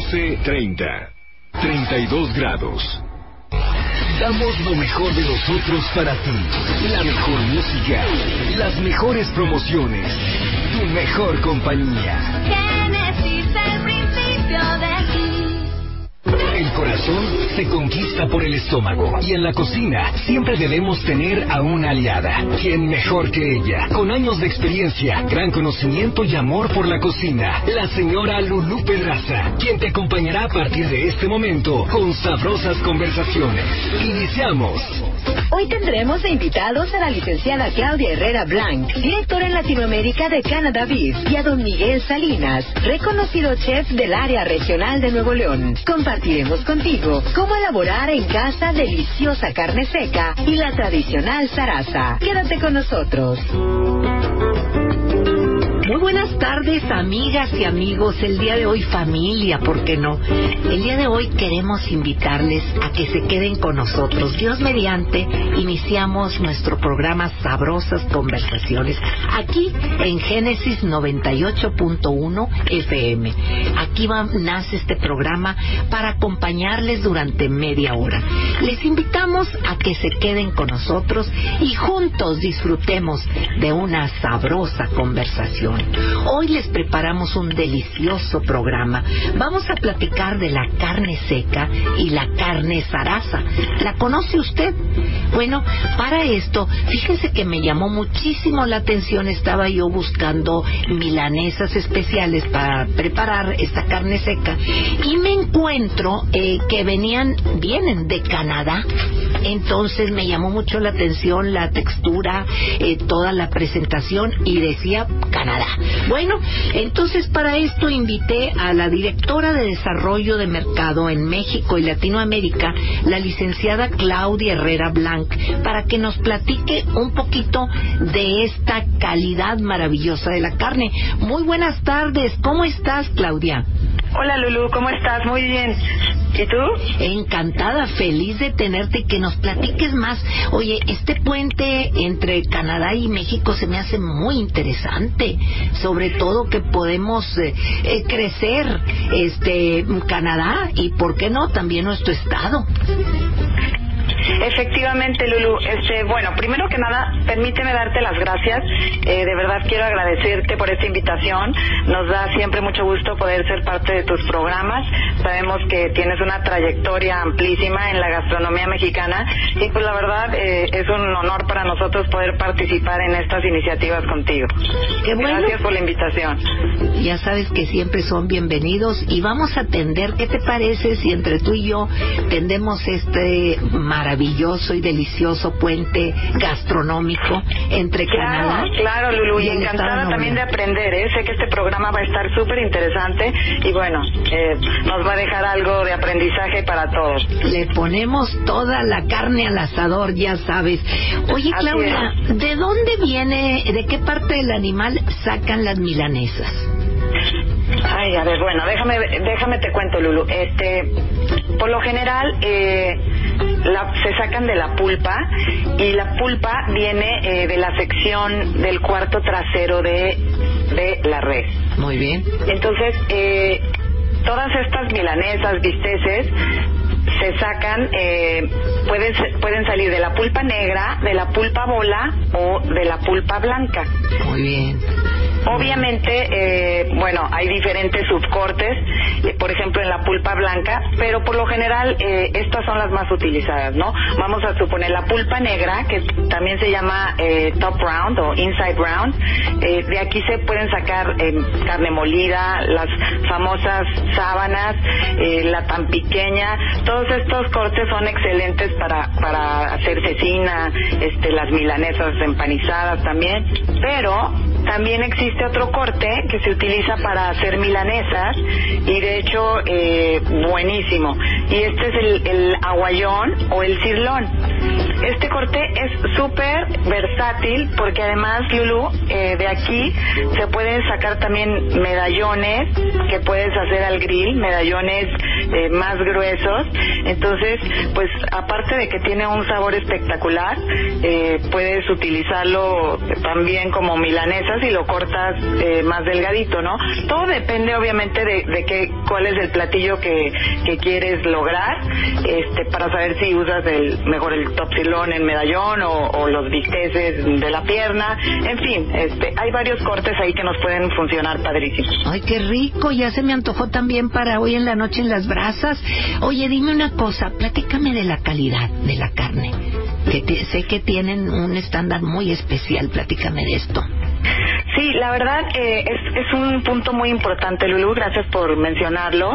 12:30. 32 grados. Damos lo mejor de nosotros para ti. La mejor música, las mejores promociones, tu mejor compañía. Génesis, el principio de ti. El corazón se conquista por el estómago y en la cocina siempre debemos tener a una aliada. ¿Quién mejor que ella? Con años de experiencia, gran conocimiento y amor por la cocina, la señora Lulú Pedraza, quien te acompañará a partir de este momento con sabrosas conversaciones. Iniciamos. Hoy tendremos de invitados a la licenciada Claudia Herrera Blanc, directora en Latinoamérica de Canada Beef, y a don Miguel Salinas, reconocido chef del área regional de Nuevo León. Compartiremos contigo cómo elaborar en casa deliciosa carne seca y la tradicional zaraza. Quédate con nosotros. Muy buenas tardes, amigas y amigos. El día de hoy, familia, ¿por qué no? El día de hoy queremos invitarles a que se queden con nosotros. Dios mediante, iniciamos nuestro programa Sabrosas Conversaciones, aquí en Génesis 98.1 FM. Aquí nace este programa para acompañarles durante media hora. Les invitamos a que se queden con nosotros y juntos disfrutemos de una sabrosa conversación. Hoy les preparamos un delicioso programa. Vamos a platicar de la carne seca y la carne zaraza. ¿La conoce usted? Bueno, para esto, fíjense que me llamó muchísimo la atención. Estaba yo buscando milanesas especiales para preparar esta carne seca y me encuentro que vienen de Canadá. Entonces me llamó mucho la atención la textura, toda la presentación, y decía Canadá. Bueno, entonces para esto invité a la directora de Desarrollo de Mercado en México y Latinoamérica, la licenciada Claudia Herrera Blanc, para que nos platique un poquito de esta calidad maravillosa de la carne. Muy buenas tardes, ¿cómo estás, Claudia? Hola, Lulú, ¿cómo estás? Muy bien. ¿Y tú? Encantada, feliz de tenerte y que nos platiques más. Oye, este puente entre Canadá y México se me hace muy interesante, sobre todo que podemos crecer Canadá y, ¿por qué no?, también nuestro estado. Efectivamente, Lulú. Bueno, primero que nada, permíteme darte las gracias. De verdad quiero agradecerte por esta invitación. Nos da siempre mucho gusto poder ser parte de tus programas. Sabemos que tienes una trayectoria amplísima en la gastronomía mexicana y pues la verdad es un honor para nosotros poder participar en estas iniciativas contigo. Qué bueno. Gracias por la invitación. Ya sabes que siempre son bienvenidos y vamos a atender. ¿Qué te parece si entre tú y yo tendemos este maravilloso y delicioso puente gastronómico entre Canadá? Claro, Lulú, y encantada también de aprender, Sé que este programa va a estar súper interesante y bueno, nos va a dejar algo de aprendizaje para todos. Le ponemos toda la carne al asador, ya sabes. Oye, Claudia, ¿de dónde viene, de qué parte del animal sacan las milanesas? Ay, a ver, bueno, déjame te cuento, Lulu. Por lo general se sacan de la pulpa y la pulpa viene de la sección del cuarto trasero de la res. Muy bien. Entonces, todas estas milanesas, bisteces, se sacan, pueden salir de la pulpa negra, de la pulpa bola o de la pulpa blanca. Muy bien. Obviamente, hay diferentes subcortes, por ejemplo en la pulpa blanca, pero por lo general estas son las más utilizadas, ¿no? Vamos a suponer la pulpa negra, que también se llama top round o inside round. De aquí se pueden sacar carne molida, las famosas sábanas, la tan pequeña. Todos estos cortes son excelentes para hacer cecina, las milanesas empanizadas también, pero también existe otro corte que se utiliza para hacer milanesas y de hecho buenísimo, y este es el aguayón o el cirlón. Este corte es súper versátil porque además, Lulú, de aquí se pueden sacar también medallones que puedes hacer al grill, medallones más gruesos. Entonces, pues aparte de que tiene un sabor espectacular, puedes utilizarlo también como milanesas y lo cortas más delgadito, ¿no? Todo depende obviamente de cuál es el platillo que quieres lograr, para saber si usas mejor el topsilón en medallón o los bisteces de la pierna. En fin, hay varios cortes ahí que nos pueden funcionar padrísimos. Ay, qué rico, ya se me antojó también para hoy en la noche en las brasas. Oye, dime una cosa, platícame de la calidad de la carne, que sé que tienen un estándar muy especial, platícame de esto. Sí, la verdad es un punto muy importante, Lulú, gracias por mencionarlo.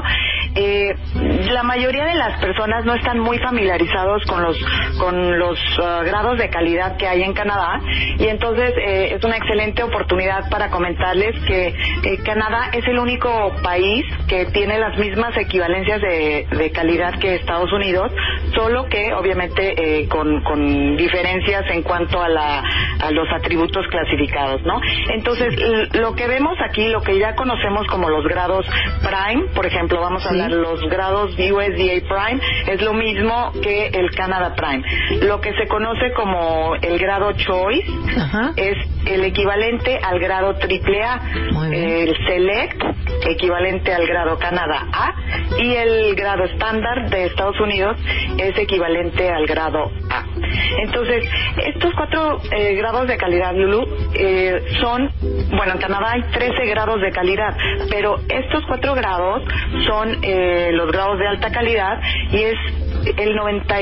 La mayoría de las personas no están muy familiarizados con los grados de calidad que hay en Canadá, y entonces es una excelente oportunidad para comentarles que Canadá es el único país que tiene las mismas equivalencias de calidad que Estados Unidos, solo que obviamente con diferencias en cuanto a los atributos clasificados, ¿no? Entonces, lo que vemos aquí, lo que ya conocemos como los grados Prime, por ejemplo, vamos a hablar los grados USDA Prime, es lo mismo que el Canada Prime. Lo que se conoce como el grado Choice es el equivalente al grado AAA, el Select, equivalente al grado Canadá A, y el grado estándar de Estados Unidos es equivalente al grado A. Entonces, estos 4 grados de calidad, Lulú, bueno, en Canadá hay 13 grados de calidad, pero estos 4 grados son los grados de alta calidad, y es el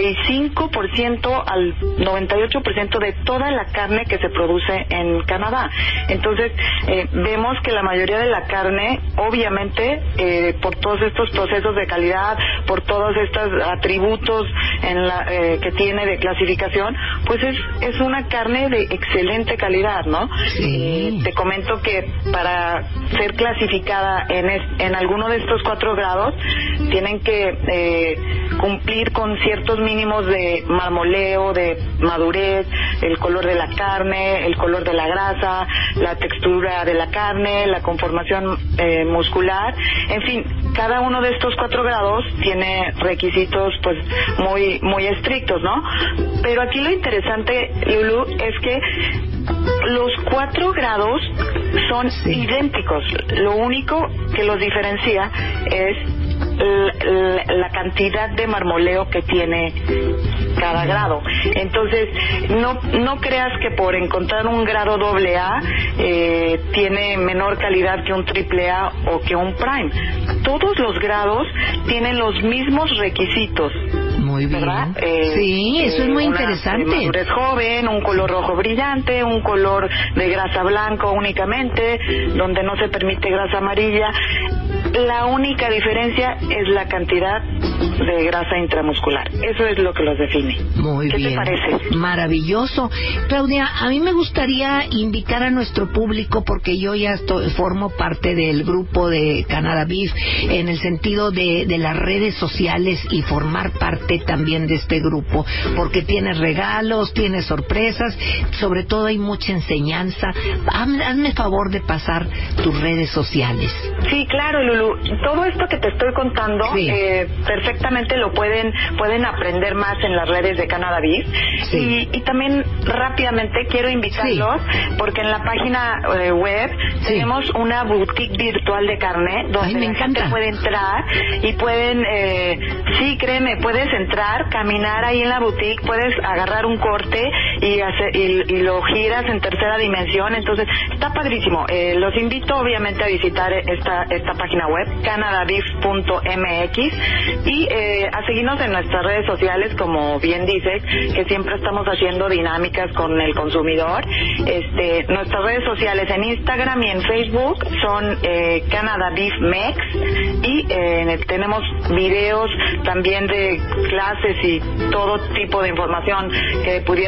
95% al 98% de toda la carne que se produce en Canadá. Entonces, vemos que la mayoría de la carne, obviamente, por todos estos procesos de calidad, por todos estos atributos que tiene de clasificación, pues es una carne de excelente calidad, ¿no? Sí. Te comento que para ser clasificada en alguno de estos 4 grados, tienen que cumplir con ciertos mínimos de marmoleo, de madurez, el color de la carne, el color de la grasa, la textura de la carne, la conformación muscular, en fin, cada uno de estos 4 grados tiene requisitos pues muy muy estrictos, ¿no? Pero aquí lo interesante, Lulú, es que los 4 grados son idénticos. Lo único que los diferencia es la cantidad de marmoleo que tiene cada grado. Entonces, no creas que por encontrar un grado AA tiene menor calidad que un AAA o que un Prime. Todos los grados tienen los mismos requisitos. Muy bien. ¿Verdad? Sí, eso es muy interesante. Madurez joven, un color rojo brillante, un color de grasa blanco únicamente, donde no se permite grasa amarilla. La única diferencia es la cantidad de grasa intramuscular. Eso es lo que los define. Muy bien. ¿Qué te parece? Maravilloso. Claudia, a mí me gustaría invitar a nuestro público, porque yo ya formo parte del grupo de Canada Beef, en el sentido de las redes sociales, y formar parte también de este grupo, porque tiene regalos, tiene sorpresas, sobre todo hay mucha enseñanza. Hazme favor de pasar tus redes sociales. Sí, claro, Lulú. Todo esto que te estoy contando, perfectamente lo pueden aprender más en las redes de Canada Beef. Sí. Y también rápidamente quiero invitarlos, porque en la página web tenemos una boutique virtual de carne, donde la gente puede entrar y pueden, créeme, puedes entrar, caminar ahí en la boutique, puedes agarrar un corte y lo giras en tercera dimensión. Entonces está padrísimo. Los invito obviamente a visitar esta página web, canadabeef.mx, y a seguirnos en nuestras redes sociales, como bien dices, que siempre estamos haciendo dinámicas con el consumidor. Nuestras redes sociales en Instagram y en Facebook son Canada Beef Mex, y tenemos videos también de clases y todo tipo de información que pudiera ayudar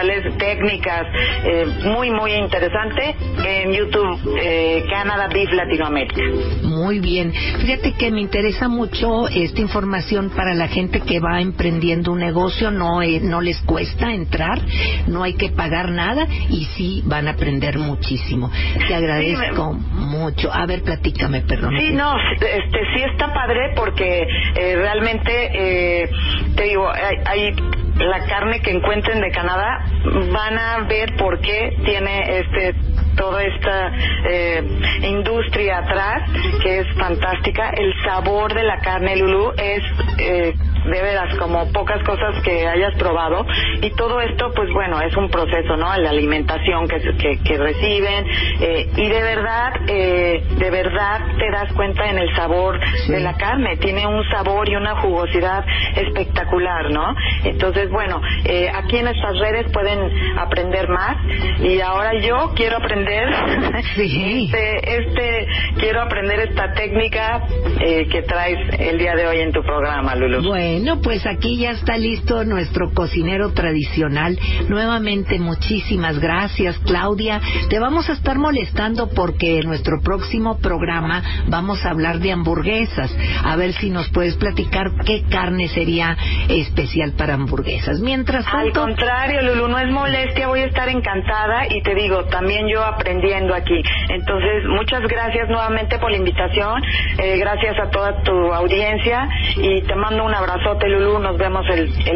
tutoriales, técnicas, muy, muy interesante en YouTube, Canada Beef Latinoamérica. Muy bien. Fíjate que me interesa mucho esta información para la gente que va emprendiendo un negocio. No les cuesta entrar, no hay que pagar nada y sí van a aprender muchísimo. Te agradezco mucho. A ver, platícame, perdón. Sí, no, sí está padre porque realmente, te digo, hay la carne que encuentren de Canadá, van a ver por qué tiene toda esta industria atrás, que es fantástica. El sabor de la carne, Lulú, es de veras como pocas cosas que hayas probado, y todo esto pues bueno, es un proceso, ¿no? La alimentación que reciben, y de verdad te das cuenta en el sabor de la carne. Tiene un sabor y una jugosidad espectacular, ¿no? Entonces bueno, aquí en estas redes pueden aprender más, y ahora yo quiero aprender quiero aprender esta técnica que traes el día de hoy en tu programa, Lulú. Bueno, pues aquí ya está listo nuestro cocinero tradicional. Nuevamente, muchísimas gracias, Claudia. Te vamos a estar molestando porque en nuestro próximo programa vamos a hablar de hamburguesas. A ver si nos puedes platicar qué carne sería especial para hamburguesas. Mientras tanto... Al contrario, Lulú, no es molestia, voy a estar encantada, y te digo, también yo aprendiendo aquí. Entonces, muchas gracias nuevamente por la invitación, gracias a toda tu audiencia, y te mando un abrazote, Lulú. Nos vemos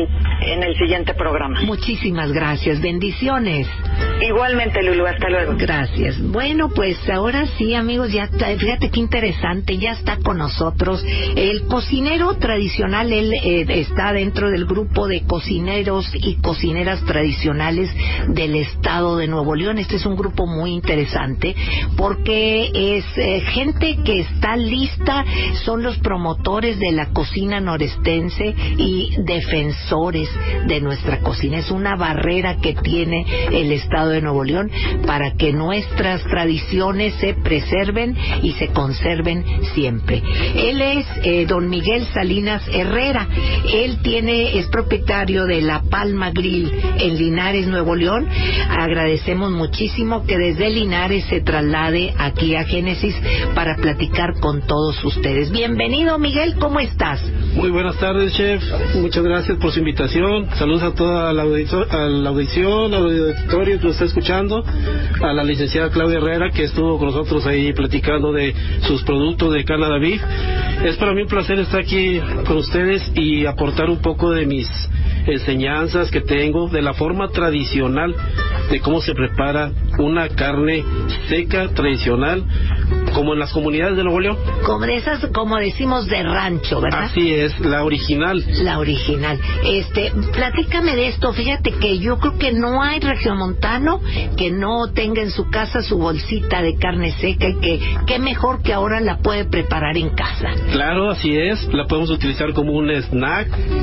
en el siguiente programa. Muchísimas gracias, bendiciones. Igualmente, Lulú, hasta luego. Gracias. Bueno, pues ahora sí, amigos, ya fíjate qué interesante, ya está con nosotros el cocinero tradicional. Él está dentro del grupo de cocineros y cocineras tradicionales del estado de Nuevo León. Este es un grupo muy interesante porque es gente que está lista, son los promotores de la cocina norestense y defensores de nuestra cocina. Es una barrera que tiene el estado de Nuevo León para que nuestras tradiciones se preserven y se conserven siempre. Él es don Miguel Salinas Herrera. Él es propietario de La Palma Grill en Linares, Nuevo León. Agradecemos muchísimo que desde Linares se traslade aquí a Génesis para platicar con todos ustedes. Bienvenido, Miguel, ¿cómo estás? Muy buenas tardes, chef. Muchas gracias por su invitación. Saludos a toda la audición, al auditorio que nos está escuchando, a la licenciada Claudia Herrera, que estuvo con nosotros ahí platicando de sus productos de Canada Beef. Es para mí un placer estar aquí con ustedes y aportar un poco de mis enseñanzas que tengo de la forma tradicional de cómo se prepara una carne seca tradicional, como en las comunidades de Nuevo León. Como de esas, como decimos, de rancho, ¿verdad? Así es, la original. La original. Platícame de esto. Fíjate que yo creo que no hay regiomontano que no tenga en su casa su bolsita de carne seca, y que qué mejor que ahora la puede preparar en casa. Claro, así es. La podemos utilizar como un snack,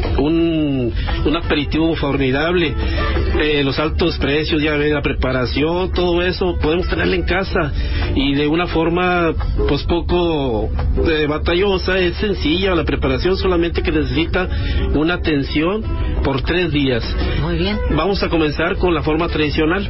un aperitivo formidable. Los altos precios, ya ven, la preparación, todo eso podemos tenerla en casa y de una forma pues poco batallosa. Es sencilla la preparación, solamente que necesita una atención por 3 días. Muy bien. Vamos a comenzar con la forma tradicional.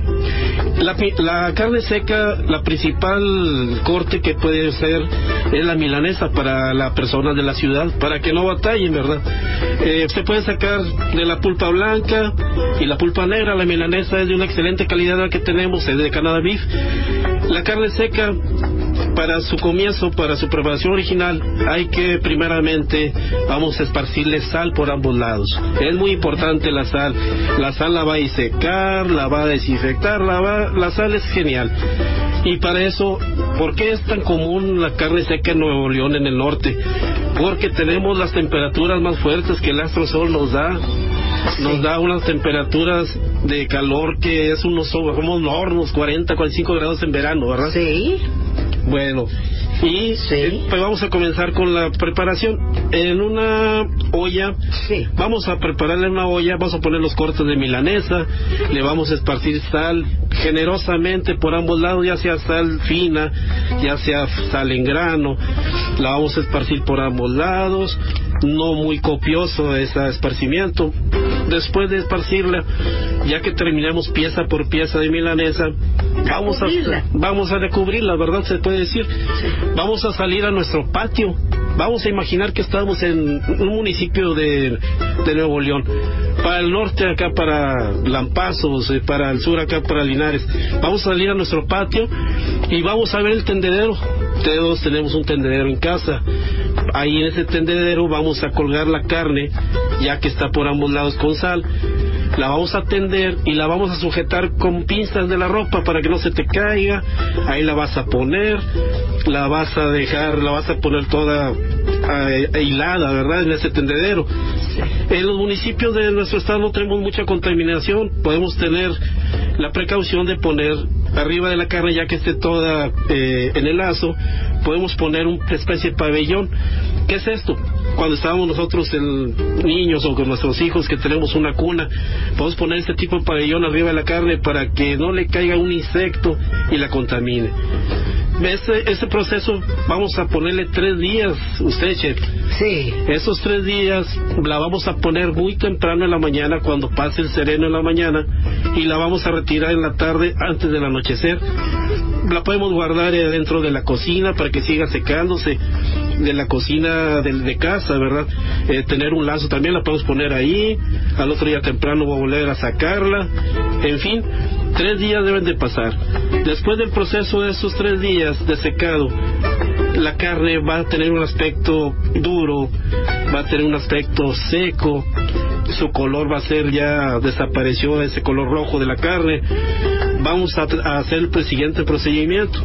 La carne seca, la principal corte que puede ser es la milanesa para las personas de la ciudad, para que no batallen, ¿verdad? Se puede sacar de la pulpa blanca y la pulpa negra. La milanesa es de una excelente calidad la que tenemos, es de Canada Beef. La carne seca, para su comienzo, para su preparación original, hay que primeramente vamos a esparcirle sal por ambos lados. Es muy importante la sal. La sal la va a disecar, la va a desinfectar, la sal es genial. Y para eso, ¿por qué es tan común la carne seca en Nuevo León, en el norte? Porque tenemos las temperaturas más fuertes que el astrosol nos da. Nos da unas temperaturas de calor que es como hornos, 40, 45 grados en verano, ¿verdad? Sí. Bueno, y pues vamos a comenzar con la preparación. En una olla, vamos a prepararle una olla, vamos a poner los cortes de milanesa, le vamos a esparcir sal generosamente por ambos lados, ya sea sal fina, ya sea sal en grano, la vamos a esparcir por ambos lados, no muy copioso ese esparcimiento. después de esparcirla, ya que terminamos pieza por pieza de milanesa, vamos a recubrirla, ¿verdad? Se puede decir. Sí. Vamos a salir a nuestro patio. Vamos a imaginar que estamos en un municipio de Nuevo León. Para el norte acá para Lampazos, para el sur acá para Linares. Vamos a salir a nuestro patio y vamos a ver el tendedero. Todos tenemos un tendedero en casa. Ahí en ese tendedero vamos a colgar la carne, ya que está por ambos lados con sal. La vamos a tender y la vamos a sujetar con pinzas de la ropa para que no se te caiga. Ahí la vas a poner, la vas a poner toda hilada, ¿verdad? En ese tendedero. En los municipios de nuestro estado no tenemos mucha contaminación. Podemos tener la precaución de poner arriba de la carne, ya que esté toda en el lazo, podemos poner una especie de pabellón. ¿Qué es esto? Cuando estábamos nosotros niños o con nuestros hijos que tenemos una cuna, podemos poner este tipo de pabellón arriba de la carne para que no le caiga un insecto y la contamine. Ese proceso vamos a ponerle 3 días, usted, chef. Sí. Esos 3 días la vamos a poner muy temprano en la mañana, cuando pase el sereno en la mañana, y la vamos a retirar en la tarde antes del anochecer. La podemos guardar dentro de la cocina para que siga secándose, de la cocina de casa, ¿verdad? Tener un lazo también la podemos poner ahí, al otro día temprano voy a volver a sacarla. En fin, 3 días deben de pasar. Después del proceso de esos 3 días de secado, la carne va a tener un aspecto duro, va a tener un aspecto seco, su color va a ser, ya desapareció ese color rojo de la carne. Vamos a hacer el siguiente procedimiento.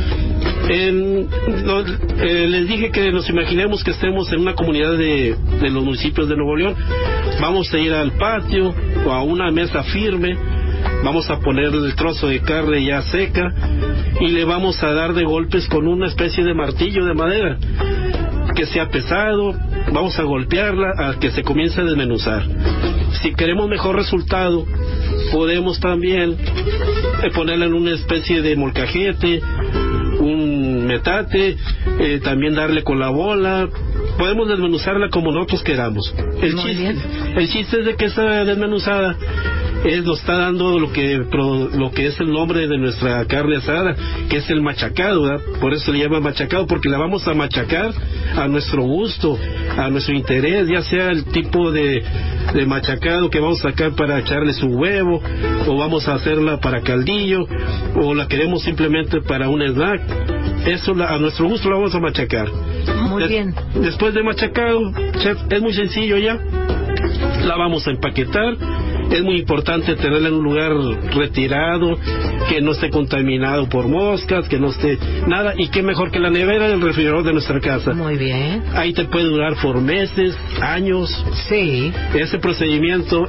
Les dije que nos imaginemos que estemos en una comunidad de los municipios de Nuevo León. Vamos a ir al patio o a una mesa firme, vamos a poner el trozo de carne ya seca y le vamos a dar de golpes con una especie de martillo de madera que sea pesado. Vamos a golpearla hasta que se comience a desmenuzar. Si queremos mejor resultado, podemos también ponerla en una especie de molcajete, un metate, también darle con la bola. Podemos desmenuzarla como nosotros queramos. El chiste es de que esa desmenuzada nos está dando lo que es el nombre de nuestra carne asada, que es el machacado, ¿verdad? Por eso le llama machacado, porque la vamos a machacar a nuestro gusto, a nuestro interés, ya sea el tipo de machacado que vamos a sacar para echarle su huevo, o vamos a hacerla para caldillo, o la queremos simplemente para un snack. Eso a nuestro gusto la vamos a machacar. Muy bien. Después de machacado, chef, es muy sencillo ya. La vamos a empaquetar. Es muy importante tenerla en un lugar retirado, que no esté contaminado por moscas, que no esté nada, y qué mejor que la nevera del refrigerador de nuestra casa. Muy bien. Ahí te puede durar por meses, años. Sí. Ese procedimiento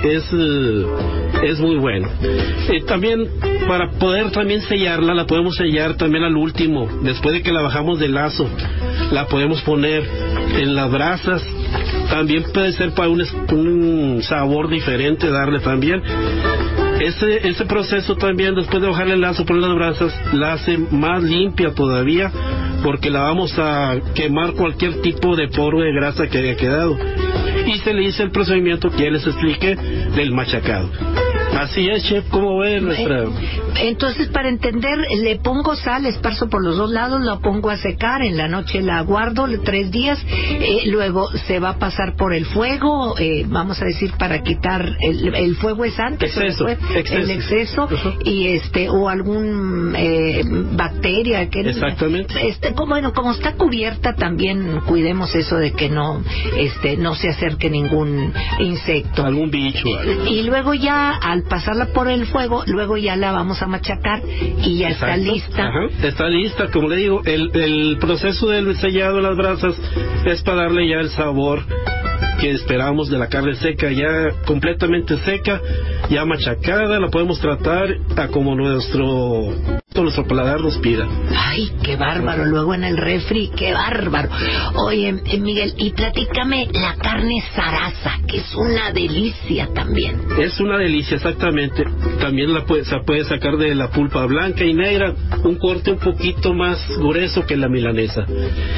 es muy bueno. También para poder también sellarla, la podemos sellar también al último, después de que la bajamos del lazo, la podemos poner en las brasas. También puede ser para un sabor diferente, darle también. Ese proceso también, después de bajarle el lazo por las brasas, la hace más limpia todavía, porque la vamos a quemar cualquier tipo de polvo de grasa que haya quedado. Y se le hizo el procedimiento que ya les expliqué del machacado. Así es, chef, ¿cómo ve nuestra...? Entonces, para entender, le pongo sal, esparzo por los 2 lados, la pongo a secar, en la noche la guardo 3 días, luego se va a pasar por el fuego, vamos a decir, para quitar el fuego es antes, exceso. El exceso, y o algún bacteria que exactamente. Como está cubierta, también cuidemos eso de que no se acerque ningún insecto, algún bicho, y luego ya al pasarla por el fuego, luego ya la vamos a machacar y ya está lista. Ajá. Está lista, como le digo, el proceso del sellado de las brasas es para darle ya el sabor que esperamos de la carne seca, ya completamente seca, ya machacada. La podemos tratar a como nuestro paladar nos pida. Ay, qué bárbaro. Luego en el refri, qué bárbaro. Oye, Miguel, y platícame la carne zaraza, que es una delicia también. Es una delicia, exactamente. También se puede sacar de la pulpa blanca y negra, un corte un poquito más grueso que la milanesa.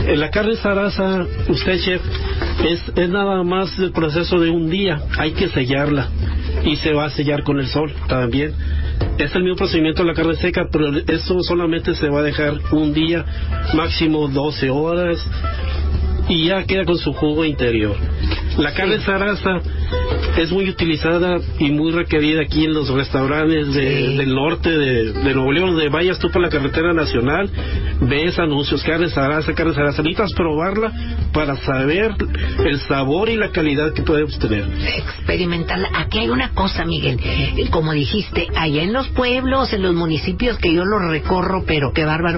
La carne zaraza, usted, chef, es nada más el proceso de un día. Hay que sellarla y se va a sellar con el sol también. Es el mismo procedimiento de la carne seca, pero eso solamente se va a dejar un día, máximo 12 horas, y ya queda con su jugo interior. La carne zaraza es muy utilizada y muy requerida aquí en los restaurantes del norte de Nuevo León. Donde vayas tú por la carretera nacional, ves anuncios, carne zaraza. Necesitas probarla para saber el sabor y la calidad que podemos tener. Experimentarla. Aquí hay una cosa, Miguel, como dijiste, allá en los pueblos, en los municipios que yo los recorro, pero qué bárbaro,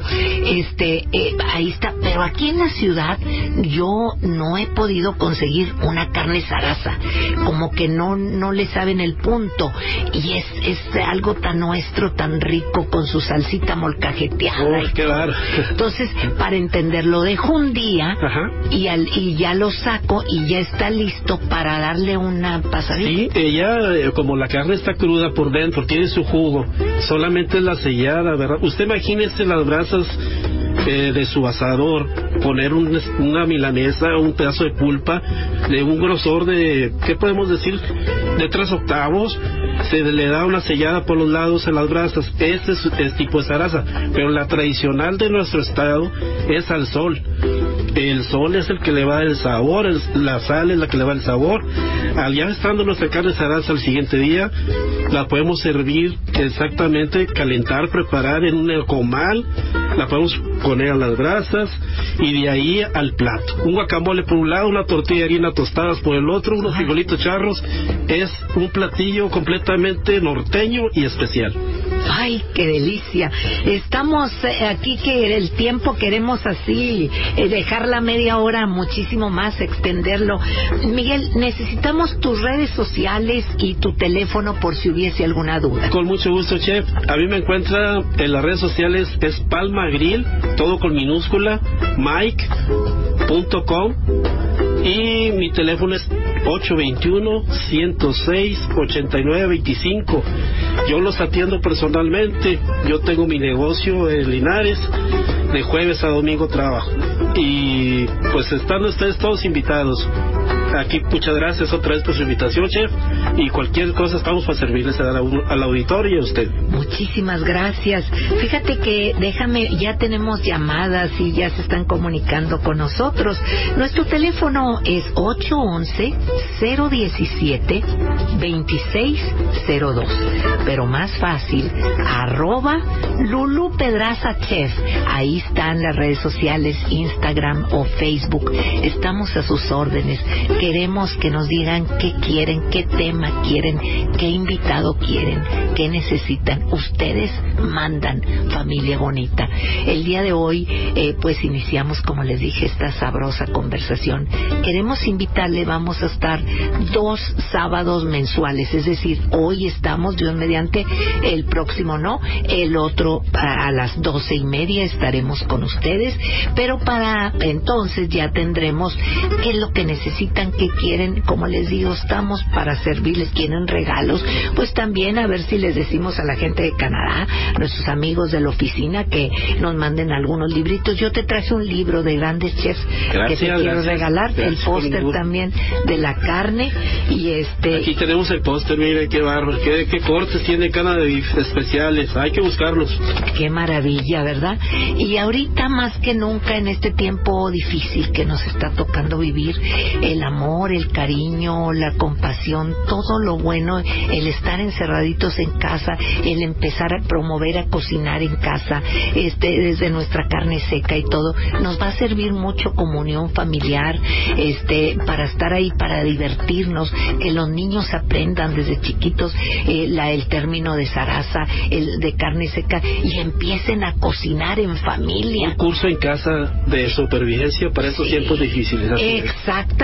ahí está, pero aquí en la ciudad yo no he podido conseguir una carne zaraza, como que no le saben el punto, y es algo tan nuestro, tan rico, con su salsita molcajeteada. Qué bar. Entonces, para entenderlo, dejo un día y ya lo saco y ya está listo para darle una pasadita. Sí, ella, como la carne está cruda por dentro, tiene su jugo, solamente es la sellada, ¿verdad? Usted imagínese las brasas de su asador, poner una milanesa, un pedazo de pulpa de un grosor de, ¿qué podemos decir?, de 3 octavos, se le da una sellada por los lados a las brasas. Este es tipo de zaraza, pero la tradicional de nuestro estado es al sol. El sol es el que le va el sabor, la sal es la que le va el sabor. Ya estando nuestra carne zaraza al siguiente día, la podemos servir exactamente, calentar, preparar en un comal, la podemos poner a las brasas y de ahí al plato. Un guacamole por un lado, una tortilla de harina tostadas por el otro, unos frijolitos charros. Es un platillo completamente norteño y especial. ¡Ay, qué delicia! Estamos aquí que el tiempo queremos así dejar la media hora muchísimo más, extenderlo. Miguel, necesitamos tus redes sociales y tu teléfono por si hubiese alguna duda. Con mucho gusto, chef. A mí me encuentra en las redes sociales, es Palma Grill, todo con minúscula, mike.com, y mi teléfono es 821-106-8925. Yo los atiendo personalmente. Yo tengo mi negocio en Linares, de jueves a domingo trabajo, y pues están ustedes todos invitados aquí. Muchas gracias otra vez por su invitación, chef, y cualquier cosa estamos para servirles al auditorio y a usted. Muchísimas gracias. Fíjate que ya tenemos llamadas y ya se están comunicando con nosotros. Nuestro teléfono es 811-017-2602, pero más fácil, @Lulu Pedraza Chef. Ahí están las redes sociales, Instagram o Facebook. Estamos a sus órdenes. Queremos que nos digan qué quieren, qué tema quieren, qué invitado quieren, qué necesitan. Ustedes mandan, familia bonita. El día de hoy, pues iniciamos, como les dije, esta sabrosa conversación. Queremos invitarle, vamos a estar 2 sábados mensuales, es decir, hoy estamos, Dios mediante, el próximo no, el otro a las 12:30 estaremos con ustedes, pero para entonces ya tendremos qué es lo que necesitan, qué quieren. Como les digo, estamos para servirles. Quieren regalos, pues también a ver si les decimos a la gente de Canadá, a nuestros amigos de la oficina, que nos manden algunos libritos. Yo te traje un libro de grandes chefs que te quiero regalar. El póster también de la carne, y aquí tenemos el póster. Mire qué bárbaro, qué cortes tiene Canadá de Beef especiales. Hay que buscarlos. Qué maravilla, ¿verdad? Y ahorita más que nunca, en este tiempo difícil que nos está tocando vivir, el amor, el cariño, la compasión, todo lo bueno, el estar encerraditos en casa, el empezar a promover a cocinar en casa, desde nuestra carne seca y todo, nos va a servir mucho como unión familiar, para estar ahí, para divertirnos, que los niños aprendan desde chiquitos el término de zaraza, el de carne seca, y empiecen a cocinar en familia. Un curso en casa de supervivencia para estos tiempos difíciles. Exactamente.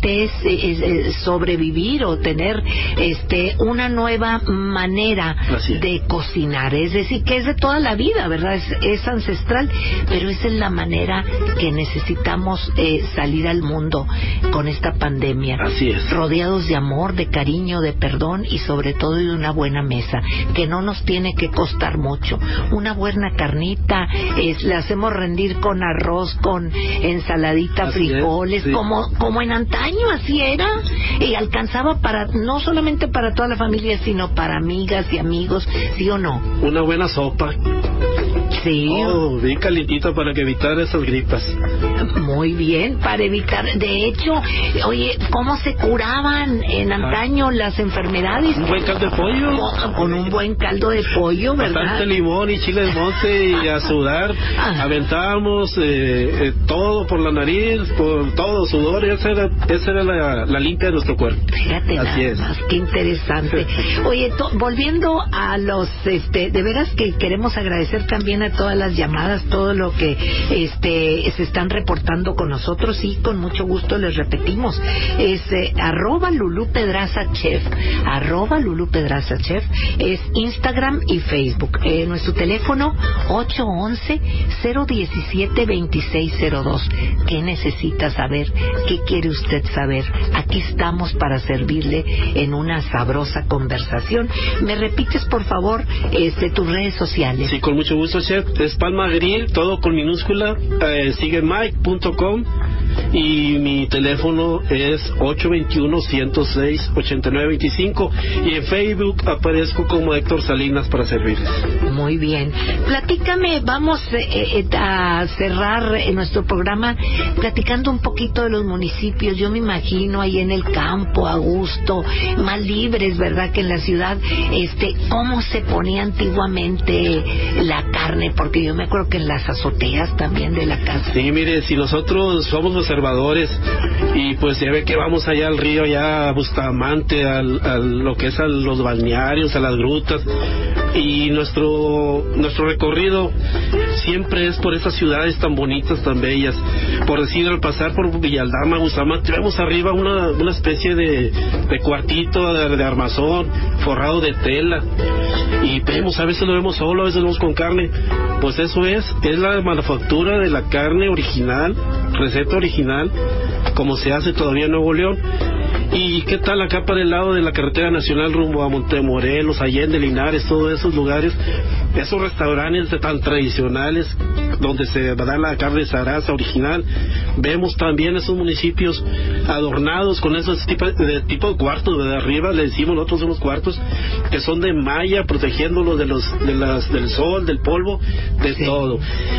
realmente es sobrevivir o tener una nueva manera de cocinar. Es decir, que es de toda la vida, ¿verdad? Es ancestral, pero esa es la manera que necesitamos salir al mundo con esta pandemia. Así es. Rodeados de amor, de cariño, de perdón y sobre todo de una buena mesa, que no nos tiene que costar mucho. Una buena carnita, la hacemos rendir con arroz, con ensaladita, así frijoles, sí. como en antaño, así era. Y alcanzaba para, no solamente para toda la familia, sino para amigas y amigos, ¿sí o no? Una buena sopa. Sí. Oh, bien calientita para que evitar esas gripas. Muy bien, para evitar. De hecho, oye, ¿cómo se curaban en antaño las enfermedades? Un buen caldo de pollo. Con un buen caldo de pollo, ¿verdad? Bastante limón y chile de monte y a sudar. Aventábamos todo por la nariz, por todo, sudor. Esa era la limpia de nuestro cuerpo. Fíjate, así es. Más, qué interesante. Oye, volviendo a los, de veras que queremos agradecer también a todas las llamadas, todo lo que se están reportando con nosotros, y con mucho gusto les repetimos, es @LuluPedrazaChef, @LuluPedrazaChef, es Instagram y Facebook. Nuestro teléfono 811-017-2602. ¿Qué necesita saber? ¿Qué quiere usted saber? Aquí estamos para servirle en una sabrosa conversación. ¿Me repites, por favor, tus redes sociales? Sí, con mucho gusto, chef. Es Palma Grill, todo con minúscula. Sigue mike.com y mi teléfono es 821-106-8925, y en Facebook aparezco como Héctor Salinas para servirles. Muy bien. Platícame, vamos a cerrar nuestro programa platicando un poquito de los municipios. Yo me imagino ahí en el campo, a gusto, más libres, ¿verdad?, que en la ciudad. ¿Cómo se ponía antiguamente la carne? Porque yo me acuerdo que en las azoteas también de la casa. Sí, mire, si nosotros somos observadores y pues ya ve que vamos allá al río, allá a Bustamante, a lo que es a los balnearios, a las grutas, y nuestro recorrido siempre es por esas ciudades tan bonitas, tan bellas. Por decir, al pasar por Villaldama, Bustamante, vemos arriba una especie de cuartito de armazón forrado de tela, y vemos, a veces lo vemos solo, a veces lo vemos con carne. Pues eso es la manufactura de la carne original, receta original, como se hace todavía en Nuevo León. ¿Y qué tal acá para el lado de la carretera nacional rumbo a Montemorelos, Allende, Linares, todos esos lugares, esos restaurantes tan tradicionales donde se da la carne zaraza original? Vemos también esos municipios adornados con esos tipos de cuartos de arriba, le decimos nosotros unos cuartos que son de malla, protegiéndolos del sol, del polvo, de sí. Todo.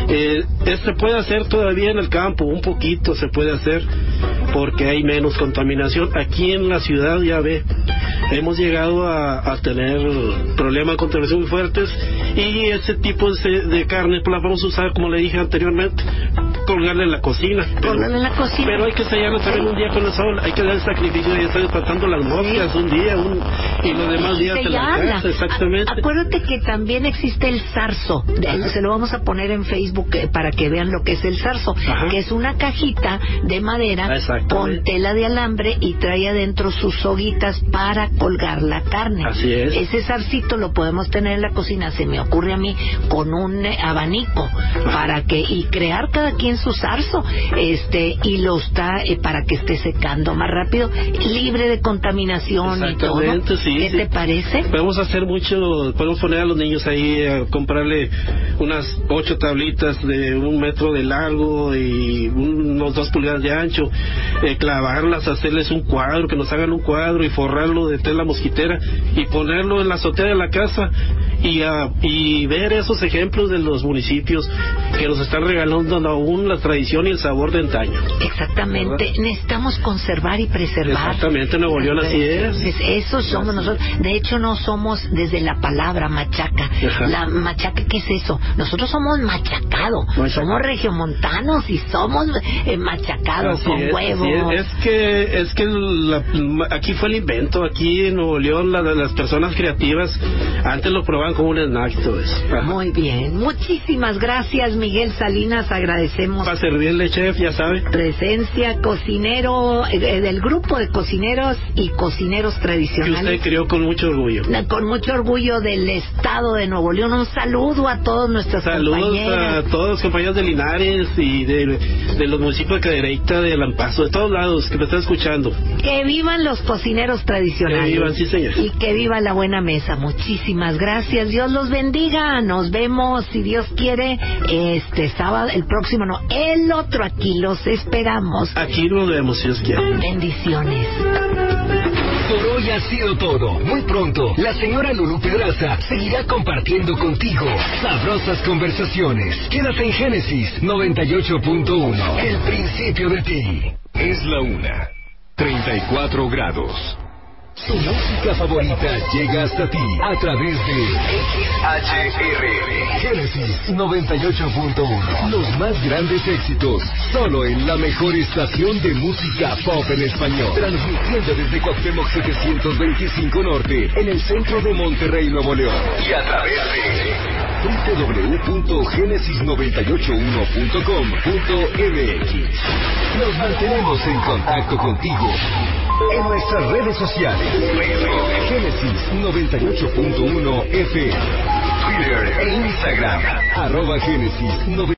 Se puede hacer todavía en el campo, un poquito se puede hacer, porque hay menos contaminación. Aquí en la ciudad, ya ve, hemos llegado a tener problemas de contaminación muy fuertes, y ese tipo de carne pues la vamos a usar, como le dije anteriormente, colgarla en la cocina. Pero hay que sellarla también un día con el sol, hay que dar el sacrificio de estar espantando las moscas un día, y los demás días en la casa. Exactamente. Acuérdate que también existe el zarzo. Se lo vamos a poner en Facebook para que vean lo que es el zarzo. Ajá. Que es una cajita de madera con tela de alambre y trae adentro sus soguitas para colgar la carne. Así es. Ese zarcito lo podemos tener en la cocina, se me ocurre a mí, con un abanico y crear cada quien su zarzo, y lo está para que esté secando más rápido, libre de contaminación y todo. Sí, ¿Qué te parece? Podemos hacer mucho, podemos poner a los niños ahí a comprarle unas 8 tablitas de 1 metro de largo y unos 2 pulgadas de ancho, clavarlas, hacerles un cuadro, que nos hagan un cuadro y forrarlo de tela mosquitera y ponerlo en la azotea de la casa, y ver esos ejemplos de los municipios que nos están regalando aún la tradición y el sabor de antaño. Exactamente, ¿verdad? Necesitamos conservar y preservar. Exactamente, Nuevo León así es. Eso somos nosotros. De hecho, no somos desde la palabra machaca. Ajá. La machaca, ¿qué es eso? Nosotros somos machacados. Somos regiomontanos y somos machacados con huevo. Es que aquí fue el invento. Aquí en Nuevo León las personas creativas antes lo probaban como un snack, todo eso. Muy bien. Muchísimas gracias, Miguel Salinas. Agradecemos tenemos... Para servirle, chef, ya sabe. Presencia cocinero, del grupo de cocineros y cocineros tradicionales. Que usted crió con mucho orgullo. Con mucho orgullo del estado de Nuevo León. Un saludo a todos nuestros compañeros. Saludos a todos los compañeros de Linares y de los municipios de Cadereyta, de Lampazo, de todos lados que me están escuchando. Que vivan los cocineros tradicionales. Que vivan, sí, señor. Y que viva la buena mesa. Muchísimas gracias. Dios los bendiga. Nos vemos, si Dios quiere, este sábado, el próximo no, el otro. Aquí los esperamos. Aquí nos vemos, si Dios quiere. Bendiciones. Por hoy ha sido todo. Muy pronto, la señora Lulú Pedraza seguirá compartiendo contigo sabrosas conversaciones. Quédate en Génesis 98.1. El principio de ti. Es la 1:34 grados. Tu música favorita llega hasta ti a través de XHR Génesis 98.1. Los más grandes éxitos, solo en la mejor estación de música pop en español. Transmitiendo desde Cuauhtémoc 725 Norte, en el centro de Monterrey, Nuevo León. Y a través de www.genesis981.com.mx. Nos mantenemos en contacto contigo en nuestras redes sociales. Facebook, Génesis 98.1 FM. Twitter e Instagram, @Génesis 98.1.